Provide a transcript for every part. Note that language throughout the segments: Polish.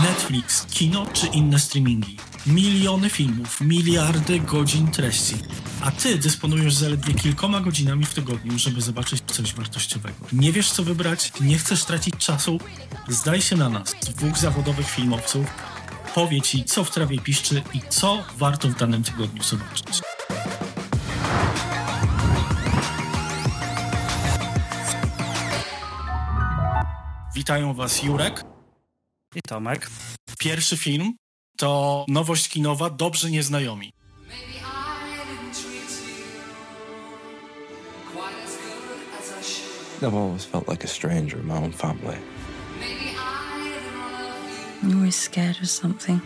Netflix, kino czy inne streamingi. Miliony filmów, miliardy godzin treści. A ty dysponujesz zaledwie kilkoma godzinami w tygodniu, żeby zobaczyć coś wartościowego. Nie wiesz, co wybrać, nie chcesz tracić czasu? Zdaj się na nas, dwóch zawodowych filmowców. Powie ci, co w trawie piszczy i co warto w danym tygodniu zobaczyć. Witają was Jurek i Tomek. Pierwszy film to nowość kinowa Dobrzy Nieznajomi. I've always felt like a stranger in my own family. I'm always scared of something.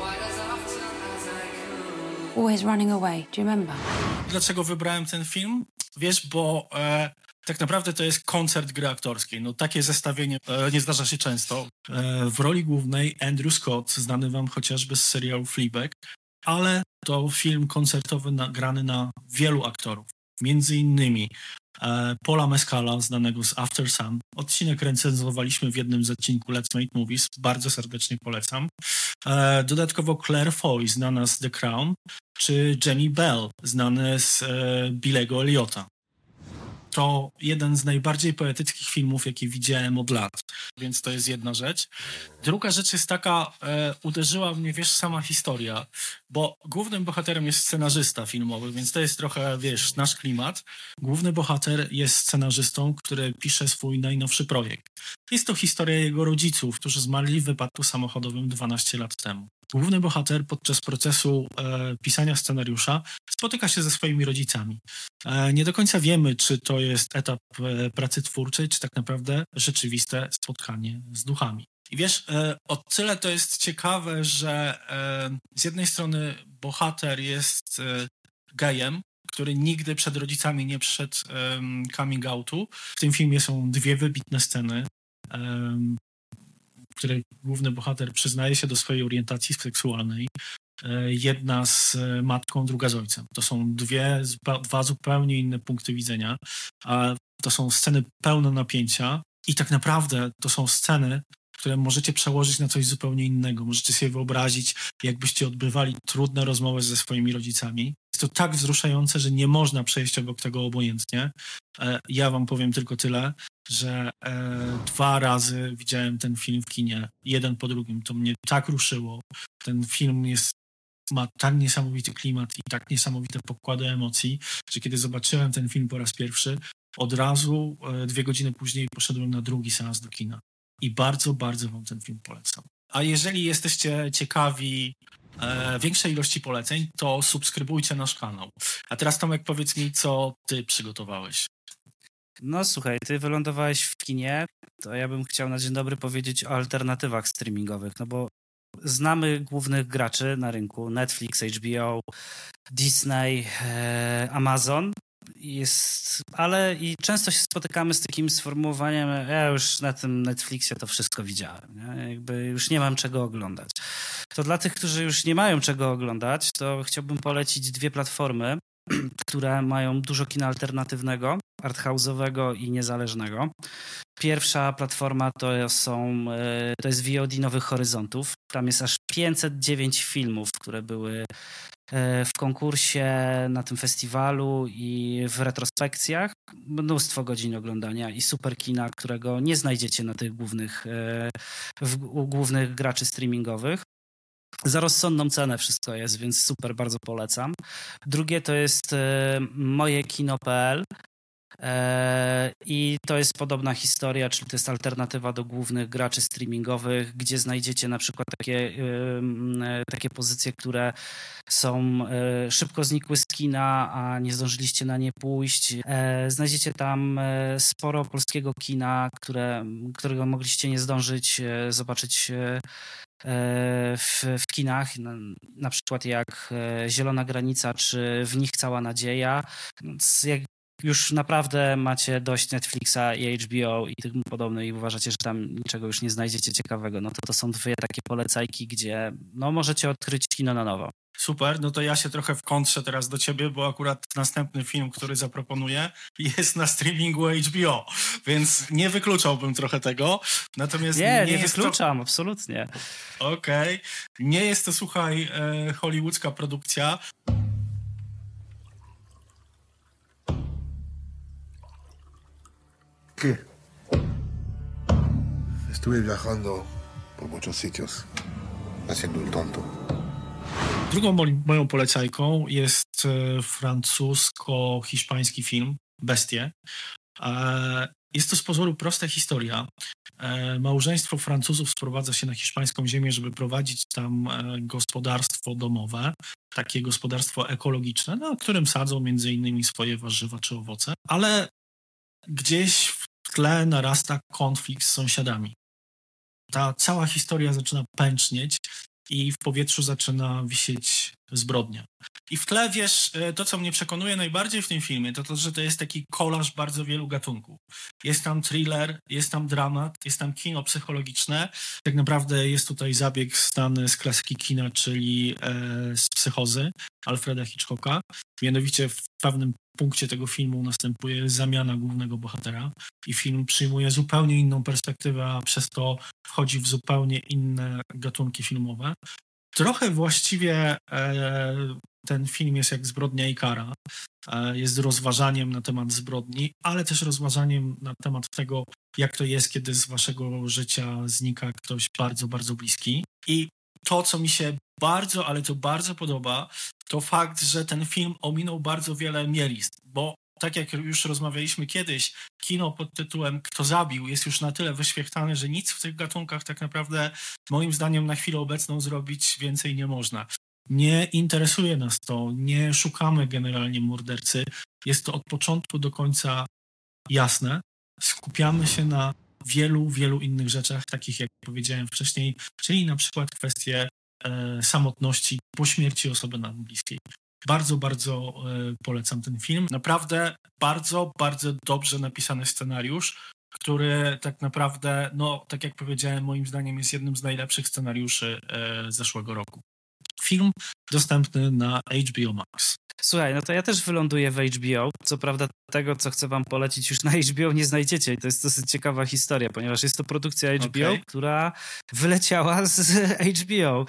Always running away, do you remember? Dlaczego wybrałem ten film? Wiesz, bo tak naprawdę to jest koncert gry aktorskiej. No takie zestawienie nie zdarza się często. W roli głównej Andrew Scott, znany wam chociażby z serialu Fleabag, ale to film koncertowy nagrany na wielu aktorów. Między innymi Paula Mescala, znanego z After Sun. Odcinek recenzowaliśmy w jednym z odcinków Let's Make Movies. Bardzo serdecznie polecam. Dodatkowo Claire Foy, znana z The Crown, czy Jamie Bell, znany z Billego Elliotta. To jeden z najbardziej poetyckich filmów, jakie widziałem od lat, więc to jest jedna rzecz. Druga rzecz jest taka, uderzyła mnie, wiesz, sama historia, bo głównym bohaterem jest scenarzysta filmowy, więc to jest trochę, wiesz, nasz klimat. Główny bohater jest scenarzystą, który pisze swój najnowszy projekt. Jest to historia jego rodziców, którzy zmarli w wypadku samochodowym 12 lat temu. Główny bohater podczas procesu pisania scenariusza spotyka się ze swoimi rodzicami. Nie do końca wiemy, czy to jest etap pracy twórczej, czy tak naprawdę rzeczywiste spotkanie z duchami. I wiesz, o tyle to jest ciekawe, że z jednej strony bohater jest gejem, który nigdy przed rodzicami nie przeszedł coming outu. W tym filmie są dwie wybitne sceny, w której główny bohater przyznaje się do swojej orientacji seksualnej. Jedna z matką, druga z ojcem. To są dwa zupełnie inne punkty widzenia. To są sceny pełne napięcia i tak naprawdę to są sceny, które możecie przełożyć na coś zupełnie innego. Możecie sobie wyobrazić, jakbyście odbywali trudne rozmowy ze swoimi rodzicami. Jest to tak wzruszające, że nie można przejść obok tego obojętnie. Ja wam powiem tylko tyle, że 2 razy widziałem ten film w kinie, jeden po drugim. To mnie tak ruszyło. Ten film ma tak niesamowity klimat i tak niesamowite pokłady emocji, że kiedy zobaczyłem ten film po raz pierwszy, od razu 2 godziny później poszedłem na drugi seans do kina. I bardzo, bardzo wam ten film polecam. A jeżeli jesteście ciekawi większej ilości poleceń, to subskrybujcie nasz kanał. A teraz, Tomek, powiedz mi, co ty przygotowałeś. No słuchaj, ty wylądowałeś w kinie, to ja bym chciał na dzień dobry powiedzieć o alternatywach streamingowych, no bo znamy głównych graczy na rynku, Netflix, HBO, Disney, Amazon, ale i często się spotykamy z takim sformułowaniem, ja już na tym Netflixie to wszystko widziałem, nie? Jakby już nie mam czego oglądać. To dla tych, którzy już nie mają czego oglądać, to chciałbym polecić 2 platformy, które mają dużo kina alternatywnego, arthouse'owego i niezależnego. Pierwsza platforma to jest VOD Nowych Horyzontów. Tam jest aż 509 filmów, które były w konkursie na tym festiwalu i w retrospekcjach. Mnóstwo godzin oglądania i super kina, którego nie znajdziecie na tych u głównych graczy streamingowych. Za rozsądną cenę wszystko jest, więc super, bardzo polecam. Drugie to jest mojekino.pl i to jest podobna historia, czyli to jest alternatywa do głównych graczy streamingowych, gdzie znajdziecie na przykład takie pozycje, które są szybko znikły z kina, a nie zdążyliście na nie pójść. Znajdziecie tam sporo polskiego kina, którego mogliście nie zdążyć zobaczyć w kinach, na przykład jak Zielona Granica czy W nich cała nadzieja. Więc jak już naprawdę macie dość Netflixa i HBO i tym podobnych i uważacie, że tam niczego już nie znajdziecie ciekawego, no to są 2 takie polecajki, gdzie no możecie odkryć kino na nowo. Super, no to ja się trochę wkątrzę teraz do ciebie, bo akurat następny film, który zaproponuję, jest na streamingu HBO, więc nie wykluczałbym trochę tego. Natomiast nie wykluczam, absolutnie. Okej. Nie jest to, słuchaj, hollywoodzka produkcja. ¿Qué? Estuve viajando por muchos sitios, haciendo el tonto. Drugą moją polecajką jest francusko-hiszpański film Bestie. Jest to z pozoru prosta historia. Małżeństwo Francuzów sprowadza się na hiszpańską ziemię, żeby prowadzić tam gospodarstwo domowe, takie gospodarstwo ekologiczne, na którym sadzą między innymi swoje warzywa czy owoce, ale gdzieś w tle narasta konflikt z sąsiadami. Ta cała historia zaczyna pęcznieć i w powietrzu zaczyna wisieć zbrodnia. I w tle, wiesz, to co mnie przekonuje najbardziej w tym filmie, to, że to jest taki kolaż bardzo wielu gatunków. Jest tam thriller, jest tam dramat, jest tam kino psychologiczne. Tak naprawdę jest tutaj zabieg znany z klasyki kina, czyli z Psychozy Alfreda Hitchcocka. Mianowicie w pewnym punkcie tego filmu następuje zamiana głównego bohatera i film przyjmuje zupełnie inną perspektywę, a przez to wchodzi w zupełnie inne gatunki filmowe. Trochę właściwie ten film jest jak Zbrodnia i kara. Jest rozważaniem na temat zbrodni, ale też rozważaniem na temat tego, jak to jest, kiedy z waszego życia znika ktoś bardzo, bardzo bliski. I to, co mi się bardzo, ale to bardzo podoba, to fakt, że ten film ominął bardzo wiele mielizn, bo tak jak już rozmawialiśmy kiedyś, kino pod tytułem Kto zabił jest już na tyle wyświechtane, że nic w tych gatunkach tak naprawdę moim zdaniem na chwilę obecną zrobić więcej nie można. Nie interesuje nas to, nie szukamy generalnie mordercy. Jest to od początku do końca jasne. Skupiamy się na wielu, wielu innych rzeczach, takich jak powiedziałem wcześniej, czyli na przykład kwestie samotności po śmierci osoby nam bliskiej. Bardzo, bardzo polecam ten film. Naprawdę bardzo, bardzo dobrze napisany scenariusz, który tak naprawdę, no tak jak powiedziałem, moim zdaniem jest jednym z najlepszych scenariuszy zeszłego roku. Film dostępny na HBO Max. Słuchaj, no to ja też wyląduję w HBO. Co prawda tego, co chcę wam polecić, już na HBO nie znajdziecie i to jest dosyć ciekawa historia, ponieważ jest to produkcja HBO, która wyleciała z HBO.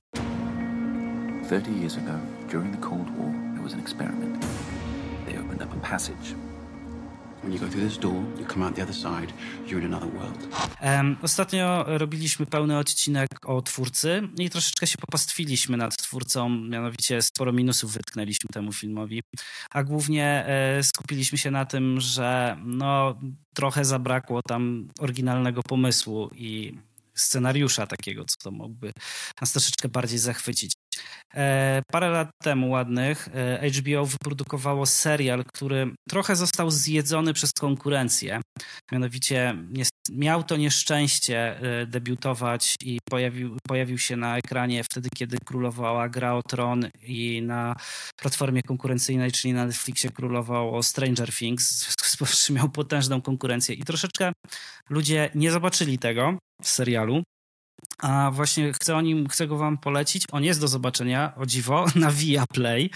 30 years ago, during the Cold War, there was an experiment. They opened up a passage. When you go through this door, you come out the other side, you're in another world. Ostatnio robiliśmy pełny odcinek o twórcy i troszeczkę się popastwiliśmy nad twórcą, mianowicie sporo minusów wytknęliśmy temu filmowi, a głównie skupiliśmy się na tym, że no, trochę zabrakło tam oryginalnego pomysłu i scenariusza takiego, co to mógłby nas troszeczkę bardziej zachwycić. Parę lat temu ładnych HBO wyprodukowało serial, który trochę został zjedzony przez konkurencję. Mianowicie miał to nieszczęście debiutować i pojawił się na ekranie wtedy, kiedy królowała Gra o Tron i na platformie konkurencyjnej, czyli na Netflixie królowało Stranger Things, miał potężną konkurencję i troszeczkę ludzie nie zobaczyli tego w serialu. A właśnie chcę go wam polecić. On jest do zobaczenia, o dziwo, na Viaplay,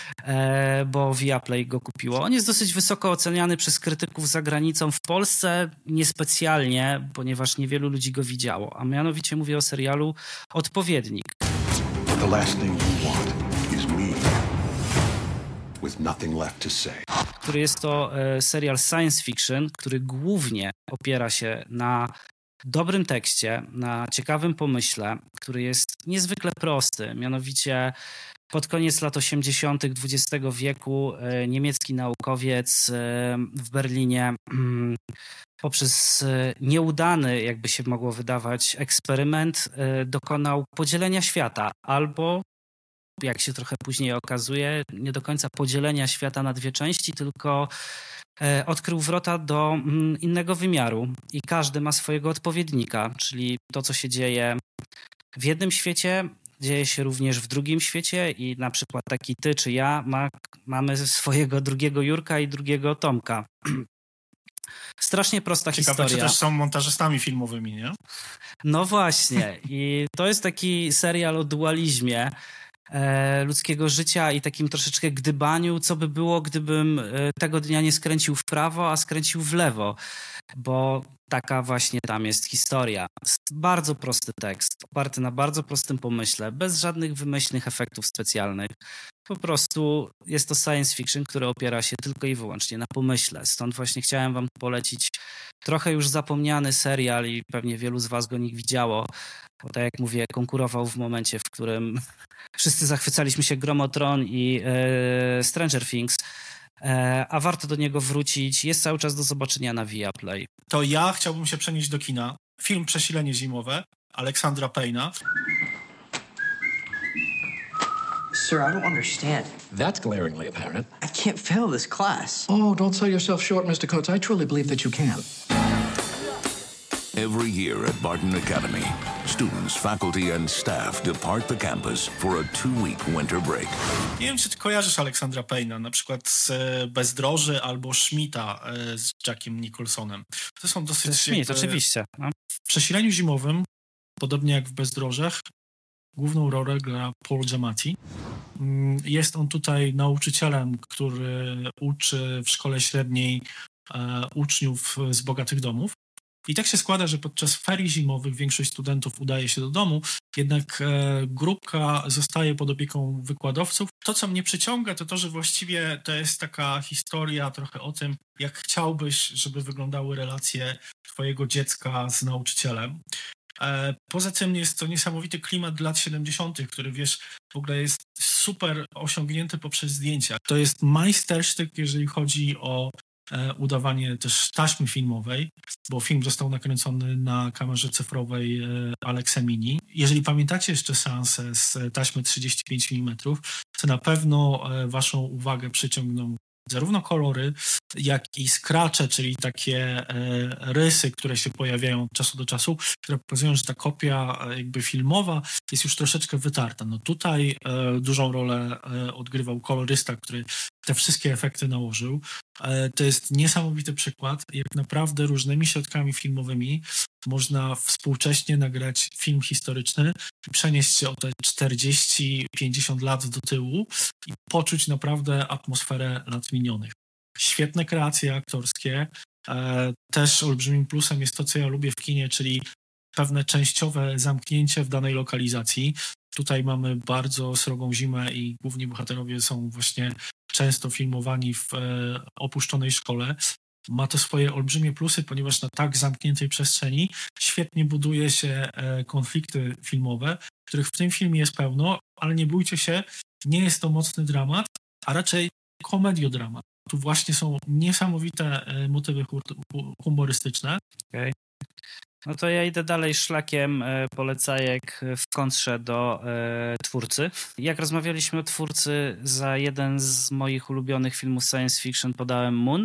bo Viaplay go kupiło. On jest dosyć wysoko oceniany przez krytyków za granicą. W Polsce niespecjalnie, ponieważ niewielu ludzi go widziało. A mianowicie mówię o serialu Odpowiednik. The last thing you want is me with nothing left to say. Który jest to serial science fiction, który głównie opiera się na dobrym tekście, na ciekawym pomyśle, który jest niezwykle prosty. Mianowicie pod koniec lat 80. XX wieku niemiecki naukowiec w Berlinie poprzez nieudany, jakby się mogło wydawać, eksperyment dokonał podzielenia świata albo, jak się trochę później okazuje, nie do końca podzielenia świata na dwie części, tylko odkrył wrota do innego wymiaru i każdy ma swojego odpowiednika, czyli to, co się dzieje w jednym świecie, dzieje się również w drugim świecie i na przykład taki ty czy ja mamy swojego drugiego Jurka i drugiego Tomka. Strasznie prosta historia. Ciekawe, czy też są montażystami filmowymi, nie? No właśnie i to jest taki serial o dualizmie, ludzkiego życia i takim troszeczkę gdybaniu, co by było, gdybym tego dnia nie skręcił w prawo, a skręcił w lewo, bo taka właśnie tam jest historia. Bardzo prosty tekst, oparty na bardzo prostym pomyśle, bez żadnych wymyślnych efektów specjalnych. Po prostu jest to science fiction, które opiera się tylko i wyłącznie na pomyśle. Stąd właśnie chciałem wam polecić trochę już zapomniany serial i pewnie wielu z was go nie widziało, bo tak jak mówię, konkurował w momencie, w którym wszyscy zachwycaliśmy się Grą o Tron i Stranger Things, a warto do niego wrócić. Jest cały czas do zobaczenia na Viaplay. To ja chciałbym się przenieść do kina. Film Przesilenie zimowe Aleksandra Payna. Sir, I don't understand. That's glaringly apparent. I can't fail this class. Oh, don't sell yourself short, Mr. Coates. I truly believe that you can. Every year at Barton Academy, students, faculty, and staff depart the campus for a 2-week winter break. Nie wiem, czy ty kojarzysz Aleksandra Payna, na przykład z Bezdroży albo Schmidta z Jackiem Nicholsonem. To są dosyć... Schmidt, oczywiście. No. W Przesileniu zimowym, podobnie jak w Bezdrożach, główną rolę gra Paul Giamatti. Jest on tutaj nauczycielem, który uczy w szkole średniej uczniów z bogatych domów. I tak się składa, że podczas ferii zimowych większość studentów udaje się do domu, jednak grupka zostaje pod opieką wykładowców. To, co mnie przyciąga, to to, że właściwie to jest taka historia trochę o tym, jak chciałbyś, żeby wyglądały relacje twojego dziecka z nauczycielem. Poza tym jest to niesamowity klimat lat 70., który wiesz, w ogóle jest super osiągnięty poprzez zdjęcia. To jest majstersztyk, jeżeli chodzi o udawanie też taśmy filmowej, bo film został nakręcony na kamerze cyfrowej Alexa Mini. Jeżeli pamiętacie jeszcze seansę z taśmy 35 mm, to na pewno waszą uwagę przyciągną zarówno kolory, jak i scratche, czyli takie rysy, które się pojawiają od czasu do czasu, które pokazują, że ta kopia jakby filmowa jest już troszeczkę wytarta. No tutaj dużą rolę odgrywał kolorysta, który te wszystkie efekty nałożył. To jest niesamowity przykład, jak naprawdę różnymi środkami filmowymi można współcześnie nagrać film historyczny i przenieść się o te 40-50 lat do tyłu i poczuć naprawdę atmosferę lat minionych. Świetne kreacje aktorskie. Też olbrzymim plusem jest to, co ja lubię w kinie, czyli pewne częściowe zamknięcie w danej lokalizacji. Tutaj mamy bardzo srogą zimę i główni bohaterowie są właśnie często filmowani w opuszczonej szkole. Ma to swoje olbrzymie plusy, ponieważ na tak zamkniętej przestrzeni świetnie buduje się konflikty filmowe, których w tym filmie jest pełno, ale nie bójcie się, nie jest to mocny dramat, a raczej komediodramat. Tu właśnie są niesamowite motywy humorystyczne. Okay. No to ja idę dalej szlakiem polecajek w kontrze do twórcy. Jak rozmawialiśmy o twórcy, za jeden z moich ulubionych filmów science fiction podałem Moon.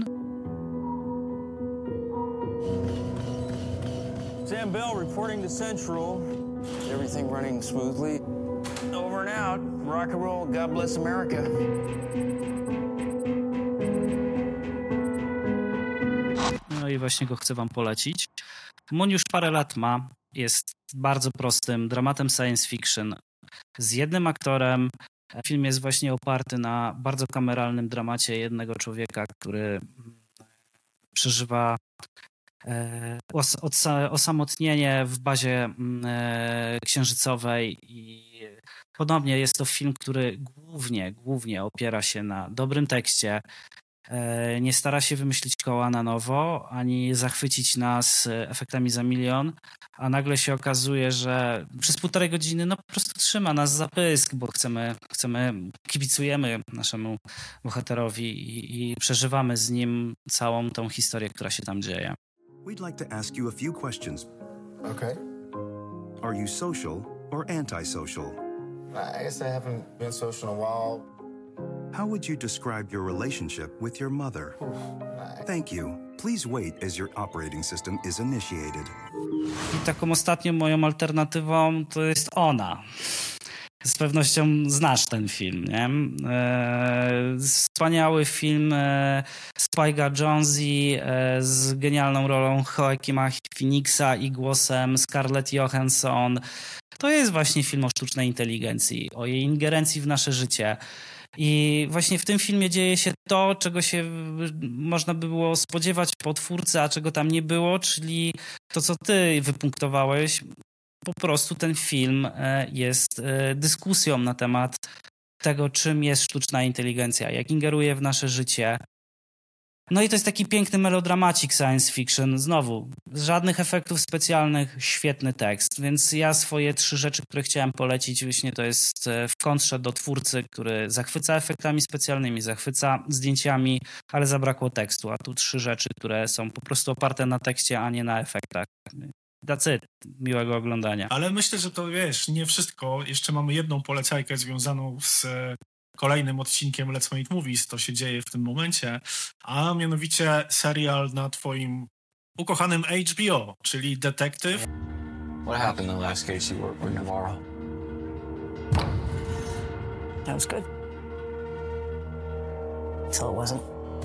Sam Bell reporting to Central. Everything running smoothly. Over and out. Rock and roll. God bless America. No i właśnie go chcę wam polecić. Moon już parę lat ma. Jest bardzo prostym dramatem science fiction z jednym aktorem. Film jest właśnie oparty na bardzo kameralnym dramacie jednego człowieka, który przeżywa osamotnienie w bazie księżycowej i podobnie jest to film, który głównie opiera się na dobrym tekście. Nie stara się wymyślić koła na nowo, ani zachwycić nas efektami za milion, a nagle się okazuje, że przez 1,5 godziny no po prostu trzyma nas za pysk, bo kibicujemy naszemu bohaterowi i przeżywamy z nim całą tą historię, która się tam dzieje. We'd like to ask you a few questions. Okay. Are you social or antisocial? I guess I haven't been social in a while. How would you describe your relationship with your mother? Thank you. Please wait as your operating system is initiated. I taką ostatnią moją alternatywą to jest ona. Z pewnością znasz ten film, nie? Wspaniały film Spike'a Jonze z genialną rolą Joaquina Phoenixa i głosem Scarlett Johansson. to jest właśnie film o sztucznej inteligencji, o jej ingerencji w nasze życie. I właśnie w tym filmie dzieje się to, czego się można by było spodziewać po twórcy, a czego tam nie było, czyli to, co ty wypunktowałeś. Po prostu ten film jest dyskusją na temat tego, czym jest sztuczna inteligencja, jak ingeruje w nasze życie. No i to jest taki piękny melodramacik science fiction. Znowu, żadnych efektów specjalnych, świetny tekst. Więc ja swoje 3 rzeczy, które chciałem polecić, właśnie to jest w kontrze do twórcy, który zachwyca efektami specjalnymi, zachwyca zdjęciami, ale zabrakło tekstu. A tu 3 rzeczy, które są po prostu oparte na tekście, a nie na efektach. That's it. Miłego oglądania. Ale myślę, że to wiesz, nie wszystko. Jeszcze mamy jedną polecajkę związaną z kolejnym odcinkiem Let's Make Movies. To się dzieje w tym momencie, a mianowicie serial na twoim ukochanym HBO, czyli Detektyw. What happened in the last case you worked with Navarro? That was good. Until it wasn't.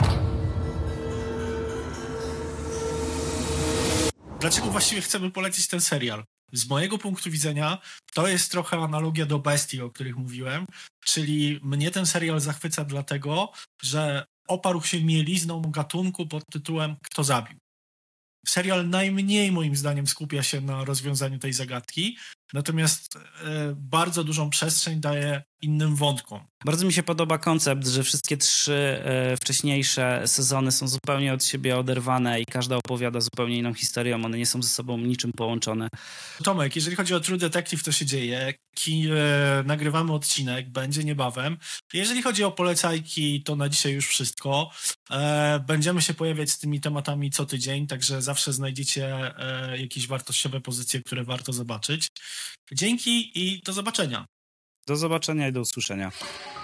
Dlaczego właściwie chcemy polecić ten serial? Z mojego punktu widzenia to jest trochę analogia do Bestii, o których mówiłem, czyli mnie ten serial zachwyca dlatego, że oparł się mielizną gatunku pod tytułem Kto zabił. Serial najmniej moim zdaniem skupia się na rozwiązaniu tej zagadki, natomiast bardzo dużą przestrzeń daje innym wątkom. Bardzo mi się podoba koncept, że wszystkie 3 wcześniejsze sezony są zupełnie od siebie oderwane i każda opowiada zupełnie inną historię, one nie są ze sobą niczym połączone. Tomek, jeżeli chodzi o True Detective, to się dzieje. Nagrywamy odcinek, będzie niebawem. Jeżeli chodzi o polecajki, to na dzisiaj już wszystko. Będziemy się pojawiać z tymi tematami co tydzień, także zawsze znajdziecie jakieś wartościowe pozycje, które warto zobaczyć. Dzięki i do zobaczenia. Do zobaczenia i do usłyszenia.